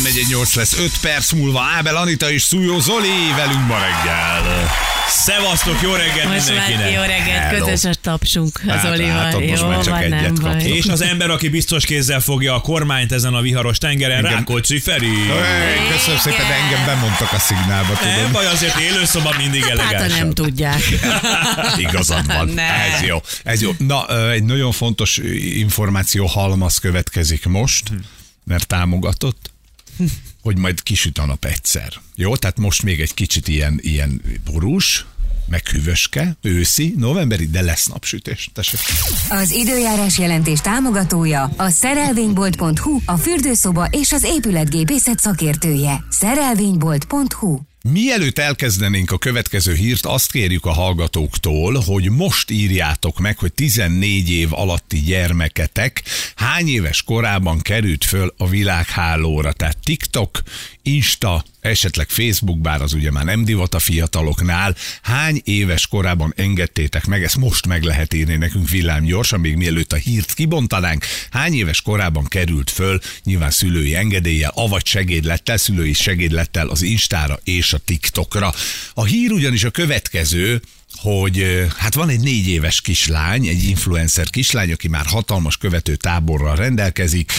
3:48 lesz 5 perc múlva. Ábel Anita és Szújó Zoli velünk ma reggel. Szevasztok, jó reggelt most mindenkinek! Jó reggelt, közös a tapsunk az Olival. Hát, most jó, már csak van, egyet nem baj. kaptok. És az ember, aki biztos kézzel fogja a kormányt ezen a viharos tengeren, Rákóczi Feri. Köszönöm szépen, de engem bemondtak a szignálba, tudom. Nem baj, azért élőszoba mindig Hát, ha elegánsabb. nem tudják. Igazad van. Ne. Ez jó. Na, egy nagyon fontos információ halmaz következik most, mert támogatott, hogy majd kisüt a nap egyszer. Jó, tehát most még egy kicsit ilyen borús, meg hűvöske, őszi, novemberi, de lesz napsütés. Tessék. Az időjárás jelentés támogatója a szerelvénybolt.hu, a fürdőszoba és az épületgépészet szakértője. Szerelvénybolt.hu. Mielőtt elkezdenénk a következő hírt, azt kérjük a hallgatóktól, hogy most írjátok meg, hogy 14 év alatti gyermeketek hány éves korában került föl a világhálóra. Tehát TikTok, Insta, esetleg Facebook, bár az ugye már nem divat a fiataloknál. Hány éves korában engedtétek meg? Ezt most meg lehet írni nekünk villámgyorsan, még mielőtt a hírt kibontanánk. Hány éves korában került föl, nyilván szülői engedéllyel, avagy segédlettel, szülői segédlettel az Instára és a TikTokra. A hír ugyanis a következő, hogy hát van egy 4 éves kislány, egy influencer kislány, aki már hatalmas követő táborral rendelkezik,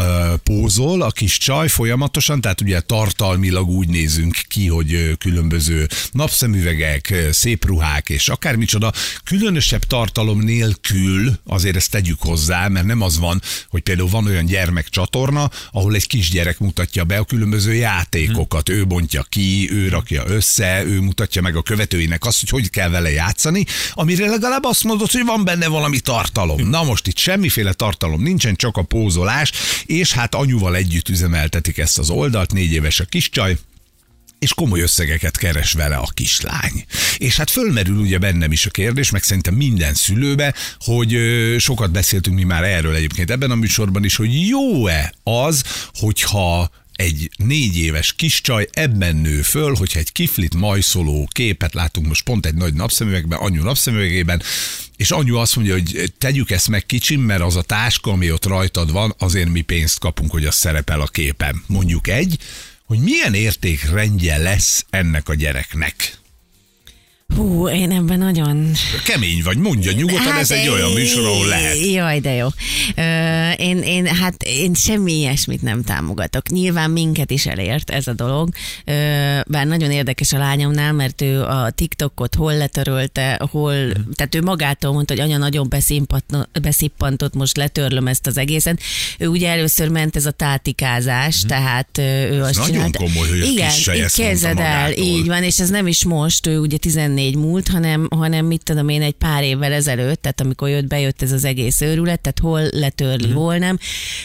pózol a kis csaj folyamatosan, tehát ugye tartalmilag úgy nézünk ki, hogy különböző napszemüvegek, szép ruhák és akármicsoda, különösebb tartalom nélkül, azért ezt tegyük hozzá, mert nem az van, hogy például van olyan gyermekcsatorna, ahol egy kisgyerek mutatja be a különböző játékokat, ő bontja ki, ő rakja össze, ő mutatja meg a követőinek azt, hogy kell vele játszani, amire legalább azt mondod, hogy van benne valami tartalom. Na most itt semmiféle tartalom nincsen, csak a pózolás, és hát anyuval együtt üzemeltetik ezt az oldalt, 4 éves a kiscsaj, és komoly összegeket keres vele a kislány. És hát fölmerül ugye bennem is a kérdés, meg szerintem minden szülőbe, hogy sokat beszéltünk mi már erről egyébként ebben a műsorban is, hogy jó-e az, hogyha egy 4 éves kiscsaj ebben nő föl, hogyha egy kiflit majszoló képet látunk most pont egy nagy napszemüvegben, anyu napszemüvegében, és anyu azt mondja, hogy tegyük ezt meg kicsim, mert az a táska, ami ott rajtad van, azért mi pénzt kapunk, hogy az szerepel a képen. Mondjuk hogy milyen értékrendje lesz ennek a gyereknek. Hú, én ebben nagyon... Kemény vagy, mondja nyugodtan, hát ez egy olyan műsor, ahol lehet. Jaj, de jó. Én semmi ilyesmit nem támogatok. Nyilván minket is elért ez a dolog, bár nagyon érdekes a lányomnál, mert ő a TikTokot hol letörölte, tehát ő magától mondta, hogy anya nagyon beszippantott, most letörlöm ezt az egészet. Ő ugye először ment ez a tátikázás, tehát ő azt nagyon csinálta. komoly, hogy a kiscsaj ezt mondta magától. Így van, és ez nem is most, ő ugye 14 múlt, hanem mit tudom én, egy pár évvel ezelőtt, tehát amikor bejött ez az egész őrület, tehát hol letörli, hol nem.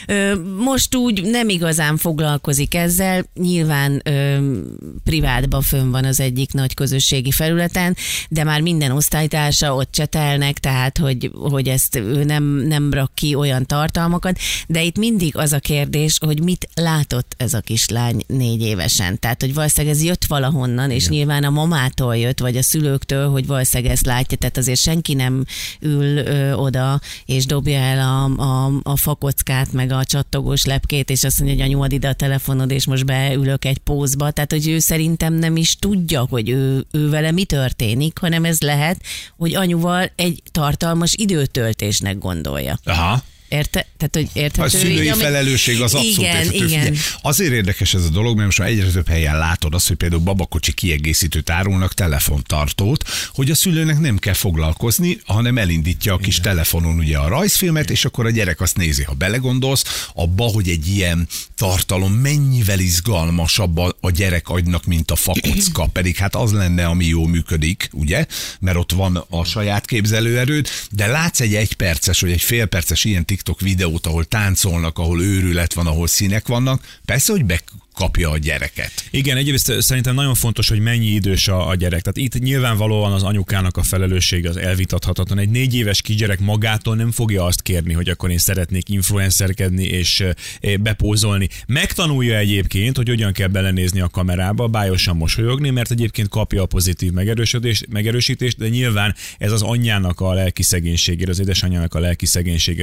Most úgy nem igazán foglalkozik ezzel, nyilván privátban fönn van az egyik nagy közösségi felületen, de már minden osztálytársa ott csetelnek, tehát hogy ezt ő nem rak ki olyan tartalmakat, de itt mindig az a kérdés, hogy mit látott ez a kislány 4 évesen. Tehát, hogy valószínűleg ez jött valahonnan, és nyilván a mamától jött, vagy a szülőktől, hogy valószínűleg ezt látja, tehát azért senki nem ül oda, és dobja el a fakockát, meg a csattogós lepkét, és azt mondja, hogy anyu, add ide a telefonod, és most beülök egy pózba. Tehát, hogy ő szerintem nem is tudja, hogy ő vele mi történik, hanem ez lehet, hogy anyuval egy tartalmas időtöltésnek gondolja. Aha. Tehát, hogy érthető. A szülői felelősség az abszolút érthető. Igen. Azért érdekes ez a dolog, mert most már egyre több helyen látod azt, hogy például babakocsi kiegészítőt árulnak, telefontartót, hogy a szülőnek nem kell foglalkozni, hanem elindítja a kis telefonon ugye a rajzfilmet, és akkor a gyerek azt nézi. Ha belegondolsz abba, hogy egy ilyen tartalom mennyivel izgalmasabb a gyerek agynak, mint a fakocka, pedig hát az lenne, ami jól működik, ugye? Mert ott van a saját képzelőerőd, de látsz egy 1 perces vagy egy fél perces ilyen TikTok videót, ahol táncolnak, ahol őrület van, ahol színek vannak, persze, hogy kapja a gyereket. Igen, egyrészt szerintem nagyon fontos, hogy mennyi idős a gyerek. Tehát itt nyilvánvalóan az anyukának a felelőssége az elvitathatatlan. Egy 4 éves kisgyerek magától nem fogja azt kérni, hogy akkor én szeretnék influencerkedni és bepózolni. Megtanulja egyébként, hogy hogyan kell belenézni a kamerába, bájosan mosolyogni, mert egyébként kapja a pozitív megerősítést, de nyilván ez az anyjának a lelki szegénységéről, az édesanyjának a lelki szegénységéről árulkodik.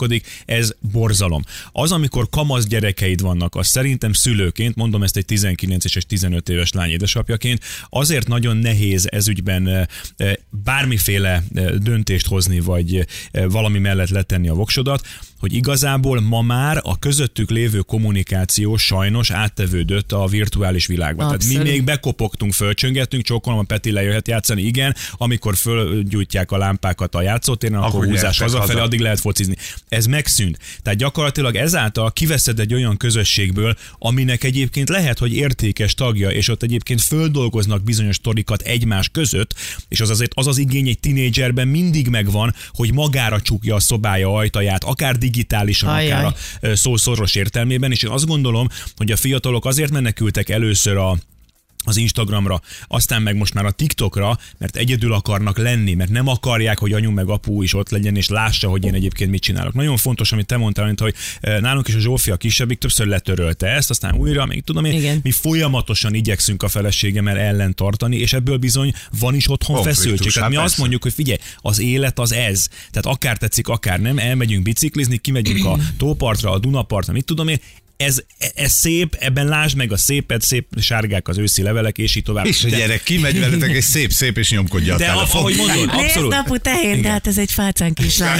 uralkodik, ez borzalom. Az, amikor kamasz gyerekeid vannak, az szerintem szülőként, mondom ezt egy 19 és 15 éves lány édesapjaként, azért nagyon nehéz ezügyben bármiféle döntést hozni, vagy valami mellett letenni a voksodat, hogy igazából ma már a közöttük lévő kommunikáció sajnos áttevődött a virtuális világba. Abszolút. Tehát mi még bekopogtunk, fölcsöngettünk, csókolom, a Peti lejöhet játszani, igen, amikor fölgyújtják a lámpákat a játszótéren, akkor húzás hazafelé, addig lehet focizni. Ez megszűnt. Tehát gyakorlatilag ezáltal kiveszed egy olyan közösségből, aminek egyébként lehet, hogy értékes tagja, és ott egyébként földolgoznak bizonyos sztorikat egymás között, és az azért az igény egy tinédzserben mindig megvan, hogy magára csukja a szobája ajtaját, akár digitálisan, akár a szó szoros értelmében, és én azt gondolom, hogy a fiatalok azért menekültek először az Instagramra, aztán meg most már a TikTokra, mert egyedül akarnak lenni, mert nem akarják, hogy anyu meg apu is ott legyen, és lássa, hogy én egyébként mit csinálok. Nagyon fontos, amit te mondtál, mint hogy nálunk is a Zsófi, a kisebbik többször letörölte ezt, aztán újra, még tudom én, mi folyamatosan igyekszünk a feleségemmel ellen tartani, és ebből bizony van is otthon feszültség. Tehát mi azt mondjuk, hogy figyelj, az élet az ez. Tehát akár tetszik, akár nem, elmegyünk biciklizni, kimegyünk a tópartra, a Dunapartra, mit tudom én, ez szép, ebben lásd meg a szépet, szép sárgák az őszi levelek, és így tovább. És a gyerek kimegy veletek, és szép, és nyomkodja a telefon. Ahogy mondod, abszolút. Napu tehén, de hát ez egy fácán kislány.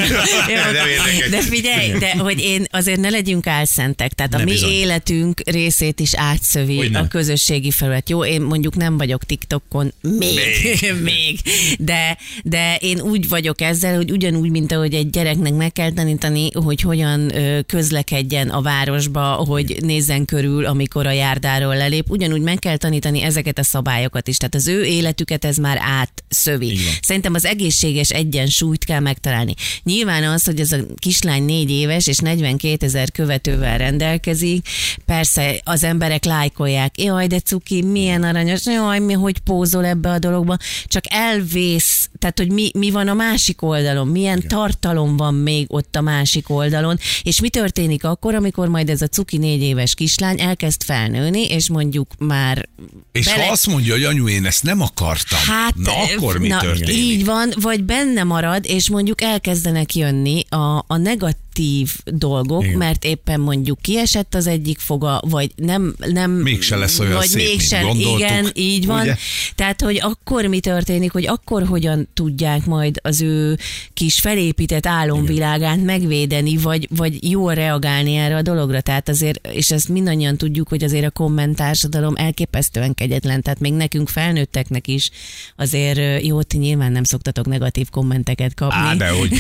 De figyelj, de hogy én azért ne legyünk álszentek, tehát a mi életünk részét is átszövi a közösségi felület. Jó, én mondjuk nem vagyok TikTokon még. De én úgy vagyok ezzel, hogy ugyanúgy, mint ahogy egy gyereknek meg kell tanítani, hogy hogyan közlekedjen a városba, hogy nézzen körül, amikor a járdáról lelép, ugyanúgy meg kell tanítani ezeket a szabályokat is. Tehát az ő életüket ez már átszövi. Szerintem az egészséges egyensúlyt kell megtalálni. Nyilván az, hogy ez a kislány 4 éves és 42 000 követővel rendelkezik, persze az emberek lájkolják, jaj, de cuki, milyen aranyos, jaj, hogy pózol ebbe a dologba, csak elvész, tehát hogy mi van a másik oldalon, milyen tartalom van még ott a másik oldalon, és mi történik akkor, amikor majd ez a cuki 4 éves kislány elkezd felnőni, és mondjuk már... És ha azt mondja, hogy anyu, én ezt nem akartam, akkor mi történik? Így van, vagy benne marad, és mondjuk elkezdenek jönni a negatív dolgok, igen, mert éppen mondjuk kiesett az egyik foga, vagy nem mégse lesz olyan vagy szép, mégsem, mint gondoltuk. Igen, így van. Ugye? Tehát, hogy akkor mi történik, hogy akkor hogyan tudják majd az ő kis felépített álomvilágát megvédeni, vagy jól reagálni erre a dologra. Tehát azért, és ezt mindannyian tudjuk, hogy azért a kommenttársadalom elképesztően kegyetlen, tehát még nekünk felnőtteknek is azért jó, ti nyilván nem szoktatok negatív kommenteket kapni.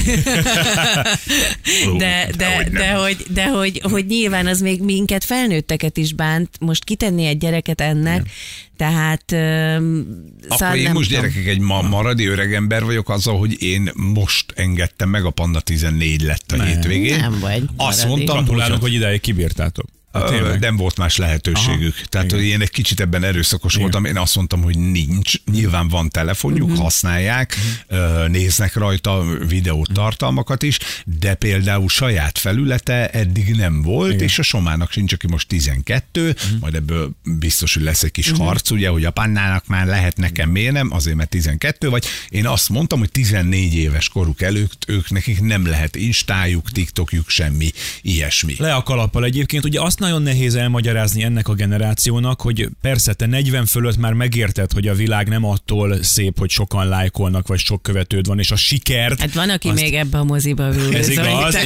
De hogy nyilván az még minket felnőtteket is bánt, most kitenni egy gyereket ennek, tehát... Akkor én most gyerekek egy maradi öregember vagyok azzal, hogy én most engedtem meg, a Panda 14 lett a hétvégén. Nem vagy. Azt mondtam, hogy idáig kibírtátok. Nem volt más lehetőségük. Tehát, hogy én egy kicsit ebben erőszakos voltam. Én azt mondtam, hogy nincs. Nyilván van telefonjuk, használják, néznek rajta videótartalmakat is, de például saját felülete eddig nem volt, és a Somának sincs, aki most 12, majd ebből biztos, hogy lesz egy kis harc, ugye, hogy a Pannának már lehet, nekem miért nem, azért, mert 12 vagy. Én azt mondtam, hogy 14 éves koruk előtt ők nekik nem lehet instájuk, TikTokjuk, semmi ilyesmi. Le a kalappal egyébként, ugye azt nagyon nehéz elmagyarázni ennek a generációnak, hogy persze te 40 fölött már megérted, hogy a világ nem attól szép, hogy sokan lájkolnak, vagy sok követőd van, és a sikert... Hát van, aki még ebbe a moziba ül. Ez igaz.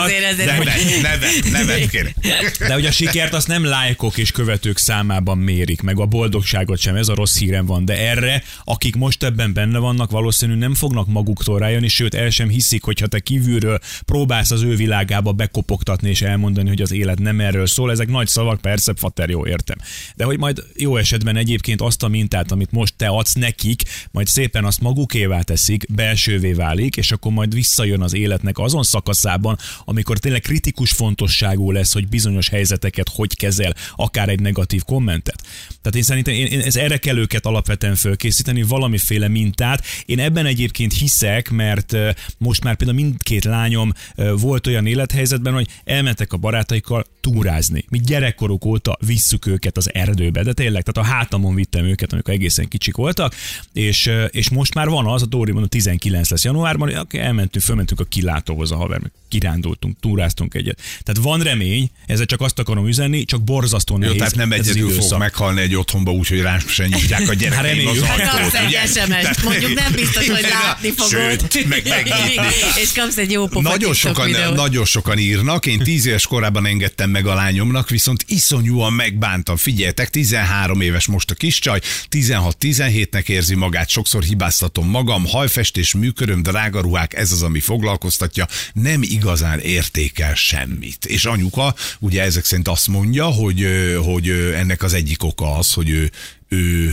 Nevet kérem. De hogy a sikert azt nem lájkok és követők számában mérik, meg a boldogságot sem, ez a rossz hírem van. De erre, akik most ebben benne vannak, valószínűleg nem fognak maguktól rájönni, sőt el sem hiszik, hogyha te kívülről próbálsz az ő világába bekopogtatni és elmondani, hogy az élet nem erről szól. Ezek nagy szavak, persze, fater, jó, értem. De hogy majd jó esetben egyébként azt a mintát, amit most te adsz nekik, majd szépen azt magukévá teszik, belsővé válik, és akkor majd visszajön az életnek azon szakaszában, amikor tényleg kritikus fontosságú lesz, hogy bizonyos helyzeteket hogy kezel, akár egy negatív kommentet. Tehát én szerintem erre kell őket alapvetően fölkészíteni, valamiféle mintát. Én ebben egyébként hiszek, mert most már például mindkét lányom volt olyan élethelyzetben, hogy elmentek a barátaikkal túrázni. mi gyerekkoruk óta visszük őket az erdőbe, de tényleg, tehát a hátamon vittem őket, amikor egészen kicsik voltak, és most már van az, a Dóri mondom 19 lesz januárban, hogy fölmentünk a kilátóhoz a haver, meg kirándultunk, túráztunk egyet. Tehát van remény, ezzel csak azt akarom üzenni, csak borzasztó nehéz. Jó, tehát nem egyedül fog meghalni egy otthonba úgy, hogy rám sem nyitják a gyerekeim az ajtót. Kapsz egy SMS-t, mondjuk nem biztos, hogy látni fogod. Sőt, és kapsz egy jó pofa nagyon sokan írnak, én 10 éves korában engedtem meg a lányomnak, viszont iszonyúan megbántam. Figyeljetek, 13 éves most a kis csaj, 16-17-nek érzi magát, sokszor hibáztatom magam, hajfestés, műköröm, drága ruhák, ez az, ami foglalkoztatja, nem igazán értékel semmit. És anyuka ugye ezek szerint azt mondja, hogy ennek az egyik oka az, hogy ő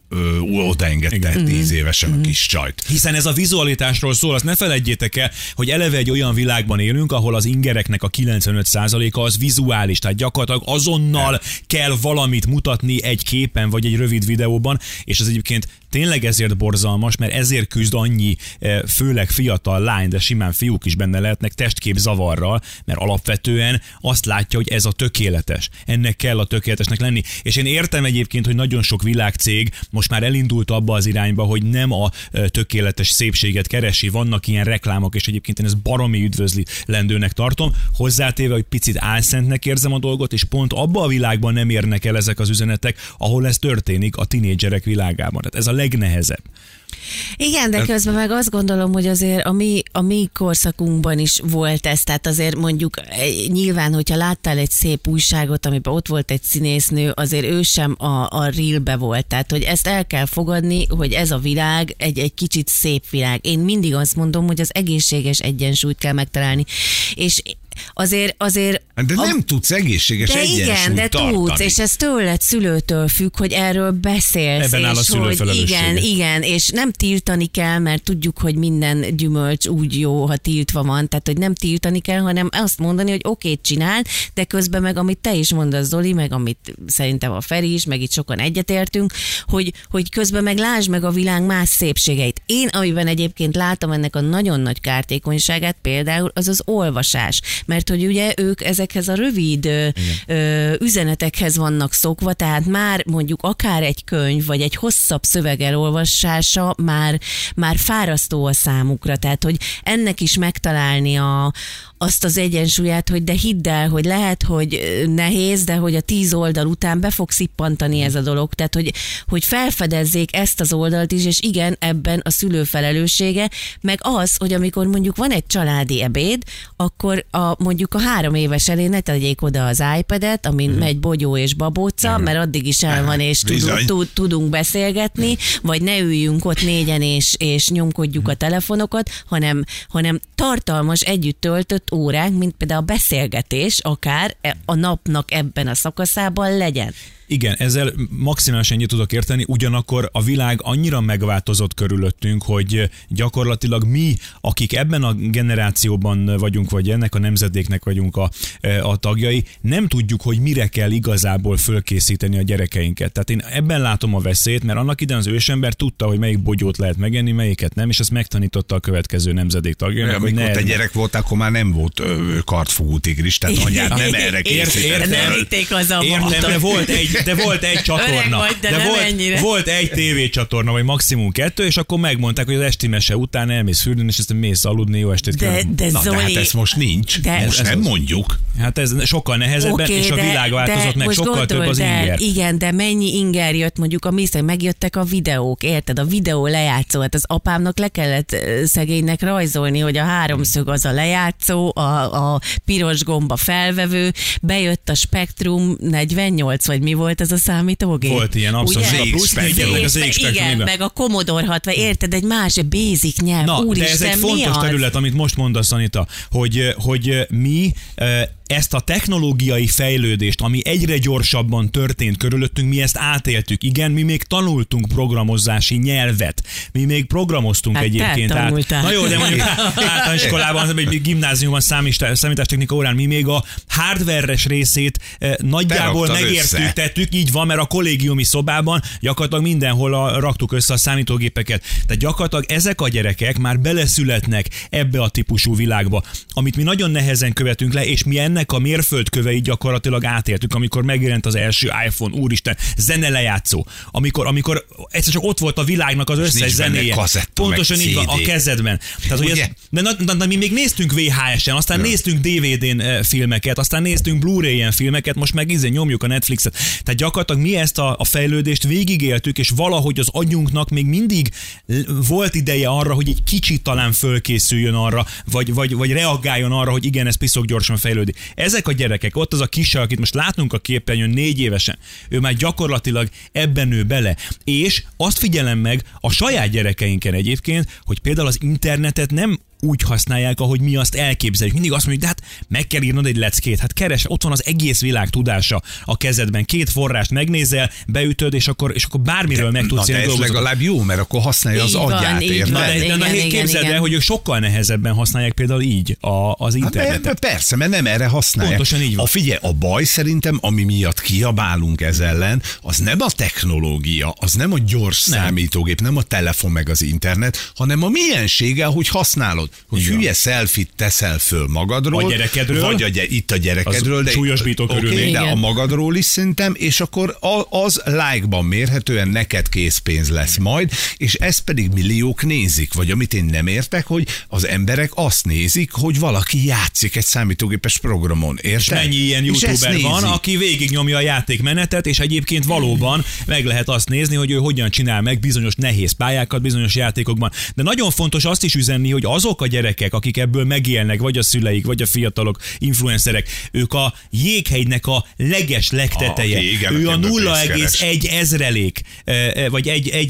odaengedte 10 évesen a kis csajt. Hiszen ez a vizualitásról szól, azt ne felejtjétek el, hogy eleve egy olyan világban élünk, ahol az ingereknek a 95%-a az vizuális, tehát gyakorlatilag azonnal kell valamit mutatni egy képen vagy egy rövid videóban, és ez egyébként tényleg ezért borzalmas, mert ezért küzd annyi, főleg fiatal lány, de simán fiúk is benne lehetnek testkép zavarral, mert alapvetően azt látja, hogy ez a tökéletes. Ennek kell a tökéletesnek lenni. És én értem egyébként, hogy nagyon sok világcég most már elindult abba az irányba, hogy nem a tökéletes szépséget keresi, vannak ilyen reklámok, és egyébként én ezt baromi üdvözlendőnek tartom, hozzátéve, hogy picit álszentnek érzem a dolgot, és pont abba a világban nem érnek el ezek az üzenetek, ahol ez történik a tinédzserek világában. Tehát ez a legnehezebb. Igen, de közben meg azt gondolom, hogy azért a mi korszakunkban is volt ez, tehát azért mondjuk nyilván, hogyha láttál egy szép újságot, amiben ott volt egy színésznő, azért ő sem a reelbe volt, tehát hogy ezt el kell fogadni, hogy ez a világ egy kicsit szép világ. Én mindig azt mondom, hogy az egészséges egyensúlyt kell megtalálni, és azért... De nem tudsz egészséges egyensúlyt igen, de tartani. tudsz, és ez tőled, szülőtől függ, hogy erről beszélsz. Ebben áll a szülő felelőssége. Igen, és nem tiltani kell, mert tudjuk, hogy minden gyümölcs úgy jó, ha tiltva van, tehát hogy nem tiltani kell, hanem azt mondani, hogy oké, csináld, de közben meg, amit te is mondasz, Zoli, meg amit szerintem a Feri is, meg itt sokan egyetértünk, hogy közben meg lásd meg a világ más szépségeit. Én, amiben egyébként látom ennek a nagyon nagy kártékonyságát, például az olvasás. Mert hogy ugye ők ezekhez a rövid üzenetekhez vannak szokva, tehát már mondjuk akár egy könyv, vagy egy hosszabb szöveg elolvasása már fárasztó a számukra. Tehát, hogy ennek is megtalálni azt az egyensúlyát, hogy de hidd el, hogy lehet, hogy nehéz, de hogy a 10 oldal után be fog szippantani ez a dolog. Tehát, hogy felfedezzék ezt az oldalt is, és igen, ebben a szülő felelőssége, meg az, hogy amikor mondjuk van egy családi ebéd, akkor mondjuk a 3 éves elé ne tegyék oda az iPad-et, amin megy bogyó és babóca, mert addig is el van, és tudunk beszélgetni, vagy ne üljünk ott négyen, és nyomkodjuk a telefonokat, hanem tartalmas, együtt töltött óránk, mint például a beszélgetés, akár a napnak ebben a szakaszában legyen. Igen, ezzel maximálisan ennyit tudok érteni, ugyanakkor a világ annyira megváltozott körülöttünk, hogy gyakorlatilag mi, akik ebben a generációban vagyunk, vagy ennek a nemzedéknek vagyunk a tagjai, nem tudjuk, hogy mire kell igazából fölkészíteni a gyerekeinket. Tehát én ebben látom a veszélyt, mert annak idején az ősember tudta, hogy melyik bogyót lehet megenni, melyiket nem, és ezt megtanította a következő nemzedék tagjainak. Amikor te gyerek voltál, akkor már nem volt kartfogú tigris, tehát anyád nem erre készített. Nem vitték haza a értem, de volt egy csatorna. Volt egy tévécsatorna, vagy maximum 2, és akkor megmondták, hogy az esti mese után elmész fürdeni, és ezt mész aludni, jó estét kívánok. De hát ez most nincs. Most nem mondjuk. Hát ez sokkal nehezebben, és a világ változott meg, sokkal több az inger. Igen, de mennyi inger jött, mondjuk megjöttek a videók, érted? A videó lejátszó, hát az apámnak le kellett szegénynek rajzolni, hogy a 3 szög az a lejátszó, a piros gomba felvevő, bejött a Spektrum 48, vagy mi volt ez a számítógép? Volt ilyen, abszolút. Igen, meg a Commodore 60, érted, egy más basic nyelv. Na, de ez egy fontos terület, amit most mondasz, Anita, hogy mi ezt a technológiai fejlődést, ami egyre gyorsabban történt körülöttünk, mi ezt átéltük. Igen, mi még tanultunk programozási nyelvet. Mi még programoztunk egyébként. Na jó, de mondjuk általános iskolában, vagy gimnáziumban számítástechnika órán mi még a hardware-es részét nagyjából megértük, így van, mert a kollégiumi szobában gyakorlatilag mindenhol raktuk össze a számítógépeket. Tehát gyakorlatilag ezek a gyerekek már beleszületnek ebbe a típusú világba, amit mi nagyon nehezen követünk le, és mi ennek ennek a mérföldköveit gyakorlatilag átéltük, amikor megjelent az első iPhone, úristen, zenelejátszó, amikor egyszer csak ott volt a világnak az összes zenéje. Pontosan így van, a kezedben. Tehát, hogy de mi még néztünk VHS-en, aztán néztünk DVD-n filmeket, aztán néztünk Blu-ray-en filmeket, most meg nyomjuk a Netflixet. Tehát gyakorlatilag mi ezt a fejlődést végigéltük, és valahogy az agyunknak még mindig volt ideje arra, hogy egy kicsit talán fölkészüljön arra, vagy reagáljon arra, hogy igen, ez piszok gyorsan fejlődik. Ezek a gyerekek, ott az a kis, akit most látunk a képernyőn 4 évesen, ő már gyakorlatilag ebben nő bele. És azt figyelem meg a saját gyerekeinken egyébként, hogy például az internetet nem úgy használják, ahogy mi azt elképzeljük. Mindig azt mondjuk, de hát meg kell írnod egy leckét, hát keres, ott van az egész világ tudása a kezedben. 2 forrást megnézel, beütöd, és akkor bármiről meg tudsz ilyen dolgozni. Ez legalább jó, mert akkor használja az agyát, érted? Képzeld el, hogy ők sokkal nehezebben használják például így az internetet. Hát persze, mert nem erre használják. Pontosan így van. Figyelj, a baj szerintem, ami miatt kiabálunk ez ellen, az nem a technológia, az nem a gyors számítógép, nem a telefon meg az internet, hanem a miensége, ahogy használod. Hogy hülye selfie-t teszel föl magadról. A gyerekedről. Vagy itt a gyerekedről. Az súlyosbító körülmény. De a magadról is szerintem, és akkor az like-ban mérhetően neked készpénz lesz majd, és ezt pedig milliók nézik. Vagy amit én nem értek, hogy az emberek azt nézik, hogy valaki játszik egy számítógépes programon. Érted? És mennyi ilyen youtuber van, aki végignyomja a játékmenetet, és egyébként valóban meg lehet azt nézni, hogy ő hogyan csinál meg bizonyos nehéz pályákat, bizonyos játékokban. De nagyon fontos azt is üzenni, hogy azok a gyerekek, akik ebből megélnek, vagy a szüleik, vagy a fiatalok, influencerek, ők a jéghegynek a legteteje. Ő a 0,1 ezrelék, vagy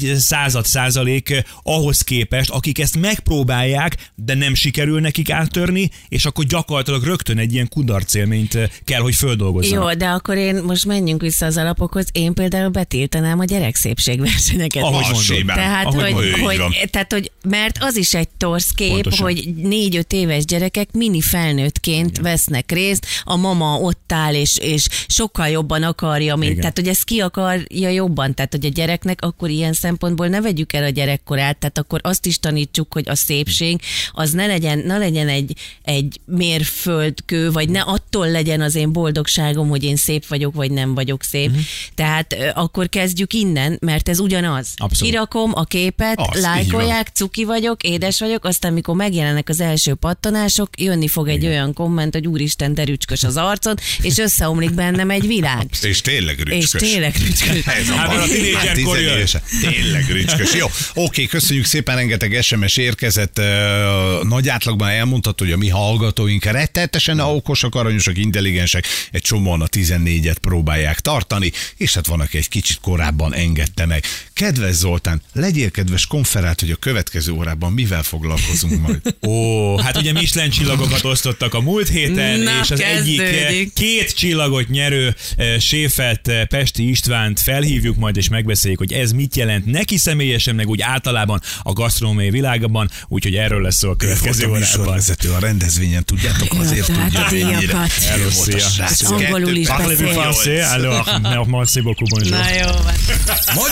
1/100% ahhoz képest, akik ezt megpróbálják, de nem sikerül nekik áttörni, és akkor gyakorlatilag rögtön egy ilyen kudarcélményt kell, hogy földolgozzanak. Jó, de akkor most menjünk vissza az alapokhoz. Én például betiltanám a gyerekszépségversenyeket. Ahogy mondod. Tehát, hogy mert az is egy torz kép, pontosan. Hogy 4-5 éves gyerekek mini felnőttként vesznek részt, a mama ott áll, és sokkal jobban akarja, mint, tehát hogy ezt ki akarja jobban, tehát hogy a gyereknek akkor ilyen szempontból ne vegyük el a gyerekkorát, tehát akkor azt is tanítsuk, hogy a szépség az ne legyen egy mérföldkő, vagy ne attól legyen az én boldogságom, hogy én szép vagyok, vagy nem vagyok szép. Tehát akkor kezdjük innen, mert ez ugyanaz. Abszolút. Kirakom a képet, lájkolják, cuki vagyok, édes vagyok, aztán mikor megjelennek az első pattanások, jönni fog egy olyan komment, hogy úristen, de rücskös az arcod, és összeomlik bennem egy világ. És tényleg rücskös. Ez a tínédzserkor jön. Tényleg rücskös. Jó, oké, köszönjük szépen, rengeteg SMS érkezett. Nagy átlagban elmondható, hogy a mi hallgatóink rettenetesen okosak, aranyosak, intelligensek, egy csomóan a 14-et próbálják tartani, és hát van, aki egy kicsit korábban engedte meg. Kedves Zoltán, legyél kedves, konferált, hogy a következő órában mivel foglalkozunk majd. Hát ugye Michelin csillagokat osztottak a múlt héten, és az egyik 2 csillagot nyerő séfet, Pesti Istvánt felhívjuk majd, és megbeszéljük, hogy ez mit jelent neki személyesen, meg úgy általában a gasztronómiai világban, úgyhogy erről lesz szó a következő órában. Műsorvezető a rendezvényen, tudjátok, azért tudja, hogy ennyire. Angolul is beszél. Alors, merci beaucoup, bonjour. Na jó van.